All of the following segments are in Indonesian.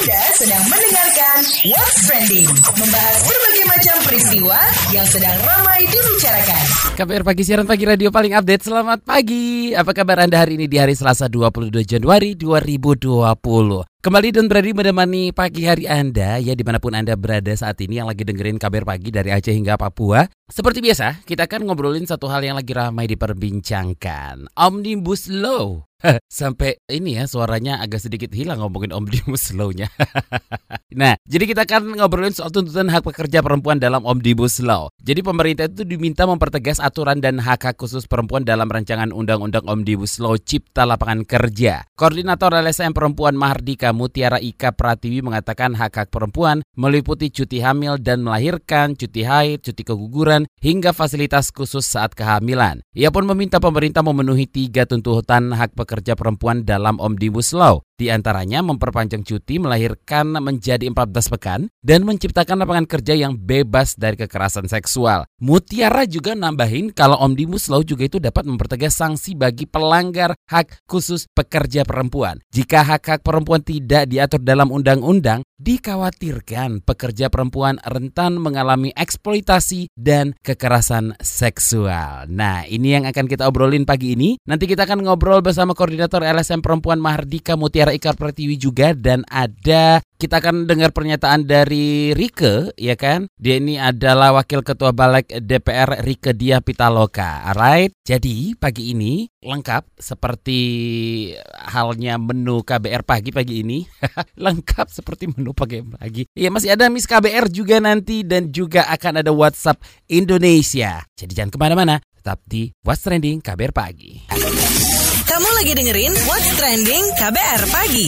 Anda sedang mendengarkan What's Trending, membahas berbagai macam peristiwa yang sedang ramai dibicarakan. KBR Pagi, siaran pagi radio paling update. Selamat pagi. Apa kabar Anda hari ini di hari Selasa 22 Januari 2020? Kembali dan berani menemani pagi hari Anda ya dimanapun Anda berada saat ini yang lagi dengerin KBR Pagi dari Aceh hingga Papua. Seperti biasa, kita akan ngobrolin satu hal yang lagi ramai diperbincangkan. Omnibus Law. Sampai ini ya suaranya agak sedikit hilang ngomongin Omnibus Law-nya. Nah, jadi kita akan ngobrolin soal tuntutan hak pekerja perempuan dalam Omnibus Law. Jadi pemerintah itu diminta mempertegas aturan dan hak-hak khusus perempuan dalam rancangan Undang-Undang Omnibus Law Cipta Lapangan Kerja. Koordinator LSM Perempuan Mahardika Mutiara Ika Pratiwi mengatakan hak-hak perempuan meliputi cuti hamil dan melahirkan, cuti haid, cuti keguguran, hingga fasilitas khusus saat kehamilan. Ia pun meminta pemerintah memenuhi 3 tuntutan hak pekerja perempuan dalam Omnibus Law. Di antaranya memperpanjang cuti melahirkan menjadi 14 pekan dan menciptakan lapangan kerja yang bebas dari kekerasan seksual. Mutiara juga nambahin kalau Omnibus Law juga itu dapat mempertegas sanksi bagi pelanggar hak khusus pekerja perempuan. Jika hak-hak perempuan tidak diatur dalam undang-undang, dikhawatirkan pekerja perempuan rentan mengalami eksploitasi dan kekerasan seksual. Nah, ini yang akan kita obrolin pagi ini. Nanti kita akan ngobrol bersama Koordinator LSM Perempuan Mahardika Mutiara Ika Pratiwi juga, dan kita akan dengar pernyataan dari Rike, ya kan? Dia ini adalah Wakil Ketua Balik DPR Rike Diah Pitaloka. Alright, jadi pagi ini lengkap seperti halnya menu KBR pagi ini. Lengkap seperti menu pagi. Ya, masih ada Miss KBR juga nanti dan juga akan ada WhatsApp Indonesia. Jadi jangan kemana-mana, tetap di What's Trending KBR Pagi. Kamu lagi dengerin What's Trending KBR Pagi.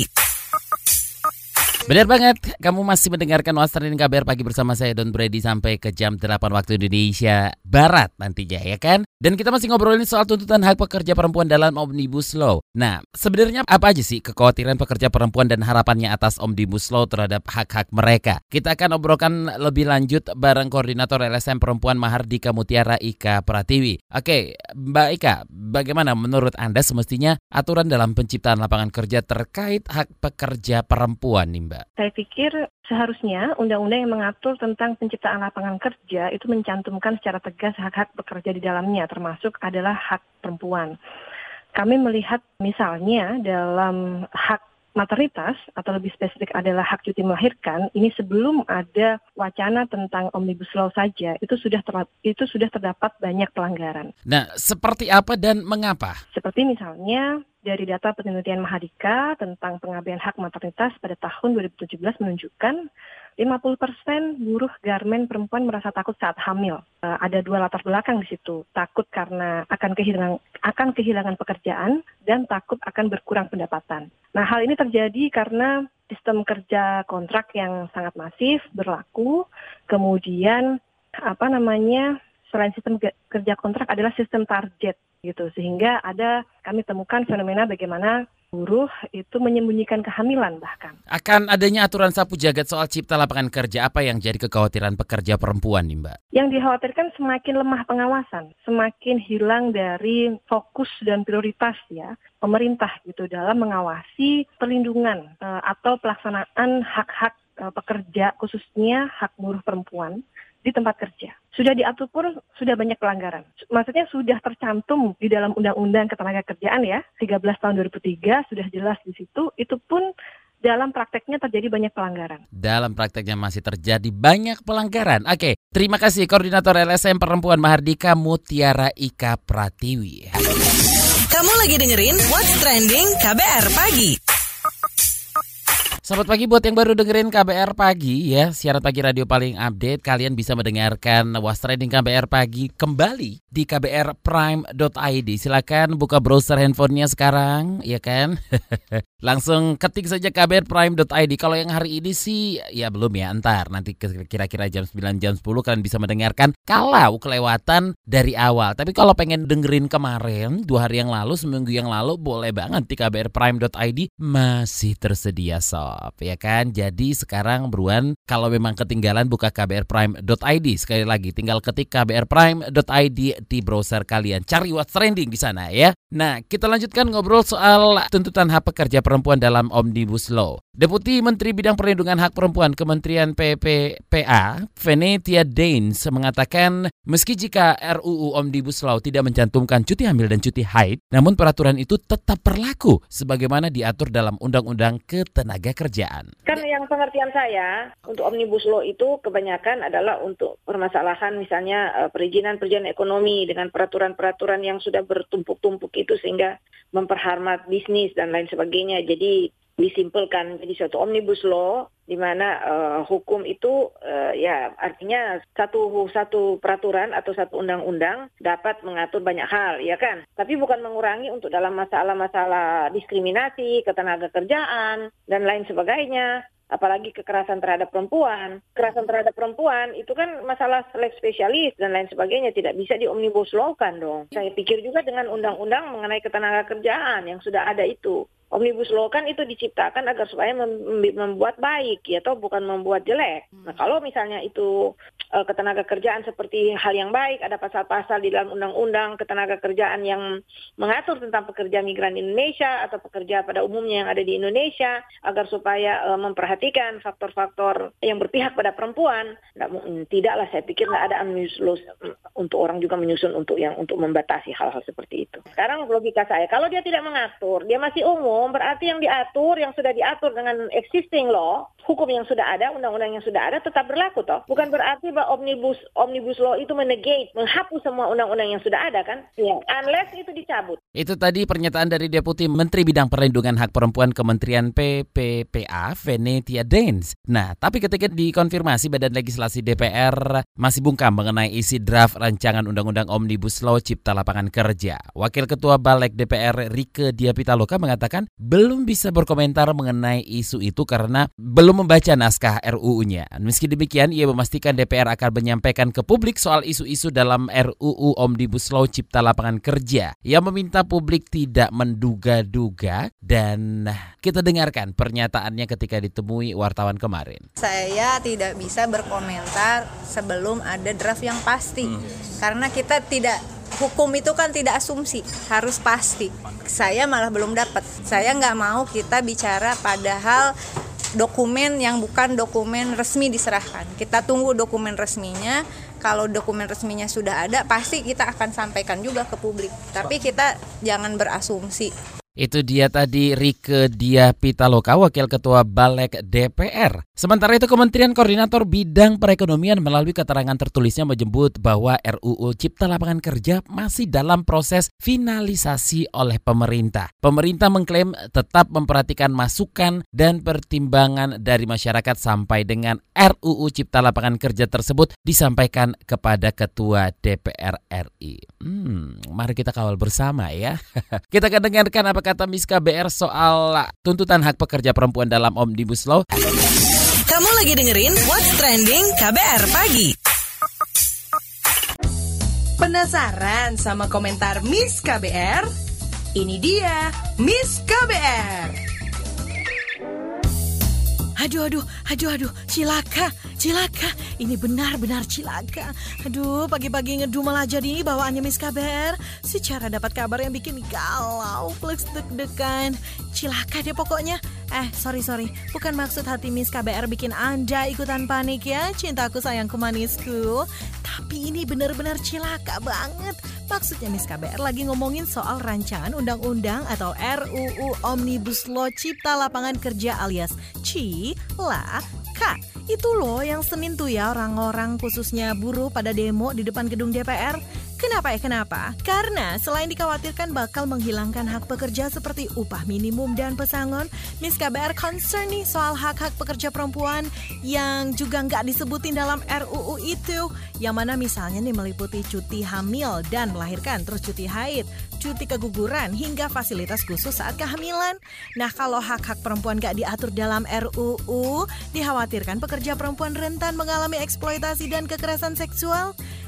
Benar banget, kamu masih mendengarkan What's Trending KBR Pagi bersama saya Don Brady sampai ke jam 8 waktu Indonesia Barat nantinya, ya kan? Dan kita masih ngobrolin soal tuntutan hak pekerja perempuan dalam Omnibus Law. Nah, sebenarnya apa aja sih kekhawatiran pekerja perempuan dan harapannya atas Omnibus Law terhadap hak-hak mereka? Kita akan obrolkan lebih lanjut bareng Koordinator LSM Perempuan Mahardika Mutiara Ika Pratiwi. Oke, Mbak Ika, bagaimana menurut Anda semestinya aturan dalam penciptaan lapangan kerja terkait hak pekerja perempuan nih, Mbak? Saya pikir seharusnya undang-undang yang mengatur tentang penciptaan lapangan kerja itu mencantumkan secara tegas hak-hak pekerja di dalamnya, termasuk adalah hak perempuan. Kami melihat misalnya dalam hak maternitas atau lebih spesifik adalah hak cuti melahirkan, ini sebelum ada wacana tentang Omnibus Law saja itu sudah terdapat banyak pelanggaran. Nah, seperti apa dan mengapa? Seperti misalnya dari data penelitian Mahardika tentang pengabaian hak maternitas pada tahun 2017 menunjukkan 50% buruh garmen perempuan merasa takut saat hamil. Ada 2 latar belakang di situ. Takut karena akan kehilangan pekerjaan dan takut akan berkurang pendapatan. Nah, hal ini terjadi karena sistem kerja kontrak yang sangat masif berlaku. Kemudian selain sistem kerja kontrak adalah sistem target gitu, sehingga kami temukan fenomena bagaimana buruh itu menyembunyikan kehamilan bahkan. Akan adanya aturan sapu jagat soal cipta lapangan kerja, apa yang jadi kekhawatiran pekerja perempuan nih, Mbak? Yang dikhawatirkan semakin lemah pengawasan, semakin hilang dari fokus dan prioritas ya pemerintah gitu dalam mengawasi perlindungan atau pelaksanaan hak-hak pekerja, khususnya hak buruh perempuan di tempat kerja. Sudah diatur pun sudah banyak pelanggaran. Maksudnya sudah tercantum di dalam Undang-Undang Ketenagakerjaan ya, 13 tahun 2003 sudah jelas di situ, itu pun dalam prakteknya terjadi banyak pelanggaran. Dalam prakteknya masih terjadi banyak pelanggaran. Oke, terima kasih Koordinator LSM Perempuan Mahardika Mutiara Ika Pratiwi. Kamu lagi dengerin What's Trending KBR Pagi. Selamat pagi buat yang baru dengerin KBR Pagi ya, siaran pagi radio paling update. Kalian bisa mendengarkan What's Trending KBR Pagi kembali di kbrprime.id. Silakan buka browser handphonenya sekarang, ya kan? Langsung ketik saja kbrprime.id. Kalau yang hari ini sih ya belum ya, entar nanti kira-kira jam 9 jam 10 kalian bisa mendengarkan kalau kelewatan dari awal. Tapi kalau pengen dengerin kemarin 2 hari yang lalu, seminggu yang lalu, boleh banget di kbrprime.id, masih tersedia sob. stop, ya kan? Jadi sekarang buruan kalau memang ketinggalan buka kbrprime.id. Sekali lagi tinggal ketik kbrprime.id di browser kalian. Cari what's trending di sana ya. Nah, kita lanjutkan ngobrol soal tuntutan hak pekerja perempuan dalam Omnibus Law. Deputi Menteri Bidang Perlindungan Hak Perempuan Kementerian PPPA, Venetia Danes, mengatakan meski jika RUU Omnibus Law tidak mencantumkan cuti hamil dan cuti haid, namun peraturan itu tetap berlaku sebagaimana diatur dalam Undang-Undang Ketenagakerjaan. Kan yang pengertian saya untuk Omnibus Law itu kebanyakan adalah untuk permasalahan misalnya perizinan ekonomi dengan peraturan-peraturan yang sudah bertumpuk-tumpuk itu sehingga memperhambat bisnis dan lain sebagainya. Jadi disimpulkan jadi suatu Omnibus Law di mana hukum itu ya artinya satu peraturan atau satu undang-undang dapat mengatur banyak hal, ya kan? Tapi bukan mengurangi untuk dalam masalah-masalah diskriminasi, ketenagakerjaan dan lain sebagainya. Apalagi kekerasan terhadap perempuan. Kekerasan terhadap perempuan itu kan masalah leg spesialis dan lain sebagainya, tidak bisa di omnibus law kan dong. Saya pikir juga dengan undang-undang mengenai ketenagakerjaan yang sudah ada itu. Omnibus Law kan itu diciptakan agar supaya membuat baik, ya toh bukan membuat jelek. Nah kalau misalnya itu ketenagakerjaan seperti hal yang baik, ada pasal-pasal di dalam undang-undang ketenagakerjaan yang mengatur tentang pekerja migran Indonesia atau pekerja pada umumnya yang ada di Indonesia, agar supaya memperhatikan faktor-faktor yang berpihak pada perempuan. Tidaklah, saya pikir nggak ada Omnibus Law untuk orang juga menyusun untuk membatasi hal-hal seperti itu. Sekarang logika saya, kalau dia tidak mengatur, dia masih umum, berarti yang diatur, yang sudah diatur dengan existing law, hukum yang sudah ada, undang-undang yang sudah ada tetap berlaku toh. Bukan berarti bahwa omnibus law itu menghapus semua undang-undang yang sudah ada kan? Ya, unless itu dicabut. Itu tadi pernyataan dari Deputi Menteri Bidang Perlindungan Hak Perempuan Kementerian PPPA, Venetia Danes. Nah, tapi ketika dikonfirmasi Badan Legislasi DPR masih bungkam mengenai isi draft rancangan Undang-Undang Omnibus Law Cipta Lapangan Kerja. Wakil Ketua Balek DPR Rieke Diah Pitaloka mengatakan belum bisa berkomentar mengenai isu itu karena belum membaca naskah RUU-nya. Meski demikian, ia memastikan DPR akan menyampaikan ke publik soal isu-isu dalam RUU Omnibus Law Cipta Lapangan Kerja. Ia meminta publik tidak menduga-duga dan kita dengarkan pernyataannya ketika ditemui wartawan kemarin. Saya tidak bisa berkomentar sebelum ada draft yang pasti. Karena kita hukum itu kan tidak asumsi, harus pasti. Saya malah belum dapat. Saya nggak mau kita bicara padahal dokumen yang bukan dokumen resmi diserahkan. Kita tunggu dokumen resminya. Kalau dokumen resminya sudah ada, pasti kita akan sampaikan juga ke publik. Tapi kita jangan berasumsi. Itu dia tadi Rieke Diah Pitaloka, Wakil Ketua Balek DPR. Sementara itu Kementerian Koordinator Bidang Perekonomian melalui keterangan tertulisnya menyebut bahwa RUU Cipta Lapangan Kerja masih dalam proses finalisasi oleh pemerintah. Pemerintah mengklaim tetap memperhatikan masukan dan pertimbangan dari masyarakat sampai dengan RUU Cipta Lapangan Kerja tersebut disampaikan kepada Ketua DPR RI. Mari kita kawal bersama ya. Kita akan dengarkan apa kata Miss KBR soal tuntutan hak pekerja perempuan dalam Omnibus Law. Kamu lagi dengerin What's Trending KBR Pagi. Penasaran sama komentar Miss KBR? Ini dia Miss KBR. Aduh, cilaka. Ini benar-benar cilaka. Aduh, pagi-pagi ngedumel aja nih bawaannya Miss KBR. Secara dapat kabar yang bikin galau, plus deg-degan. Cilaka deh pokoknya. Sorry. Bukan maksud hati Miss KBR bikin Anda ikutan panik ya, cintaku sayangku manisku. Tapi ini benar-benar cilaka banget. Maksudnya Miss KBR lagi ngomongin soal rancangan undang-undang atau RUU Omnibus Law Cipta Lapangan Kerja alias CILAK. Itu loh yang Senin tuh ya orang-orang khususnya buruh pada demo di depan gedung DPR. Kenapa? Karena selain dikhawatirkan bakal menghilangkan hak pekerja seperti upah minimum dan pesangon, Miss KBR concern nih soal hak-hak pekerja perempuan yang juga nggak disebutin dalam RUU itu. Yang mana misalnya nih meliputi cuti hamil dan melahirkan, terus cuti haid, cuti keguguran, hingga fasilitas khusus saat kehamilan. Nah kalau hak-hak perempuan nggak diatur dalam RUU, dikhawatirkan pekerja perempuan rentan mengalami eksploitasi dan kekerasan seksual.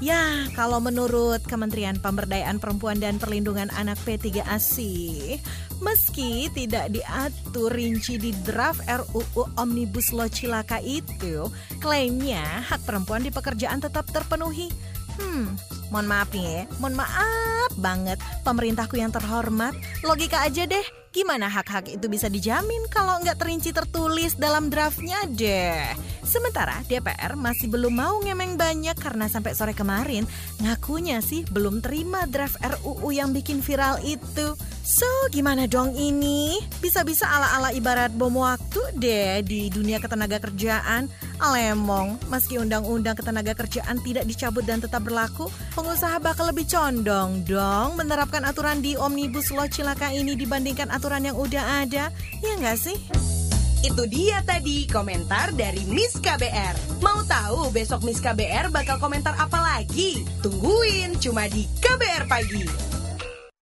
Ya, kalau menurut Kementerian Pemberdayaan Perempuan dan Perlindungan Anak P3AC, meski tidak diatur rinci di draft RUU Omnibus Law Cilaka itu, klaimnya hak perempuan di pekerjaan tetap terpenuhi. Mohon maaf nih ya, mohon maaf banget pemerintahku yang terhormat. Logika aja deh, gimana hak-hak itu bisa dijamin kalau nggak terinci tertulis dalam draftnya deh. Sementara DPR masih belum mau ngemeng banyak karena sampai sore kemarin ngakunya sih belum terima draft RUU yang bikin viral itu. So, gimana dong ini? Bisa-bisa ala-ala ibarat bom waktu deh di dunia ketenaga kerjaan. Alemong, meski undang-undang ketenaga kerjaan tidak dicabut dan tetap berlaku, pengusaha bakal lebih condong dong menerapkan aturan di Omnibus Law Cilaka ini dibandingkan aturan yang udah ada. Ya nggak sih? Itu dia tadi komentar dari Miss KBR. Mau tahu besok Miss KBR bakal komentar apa lagi? Tungguin cuma di KBR Pagi.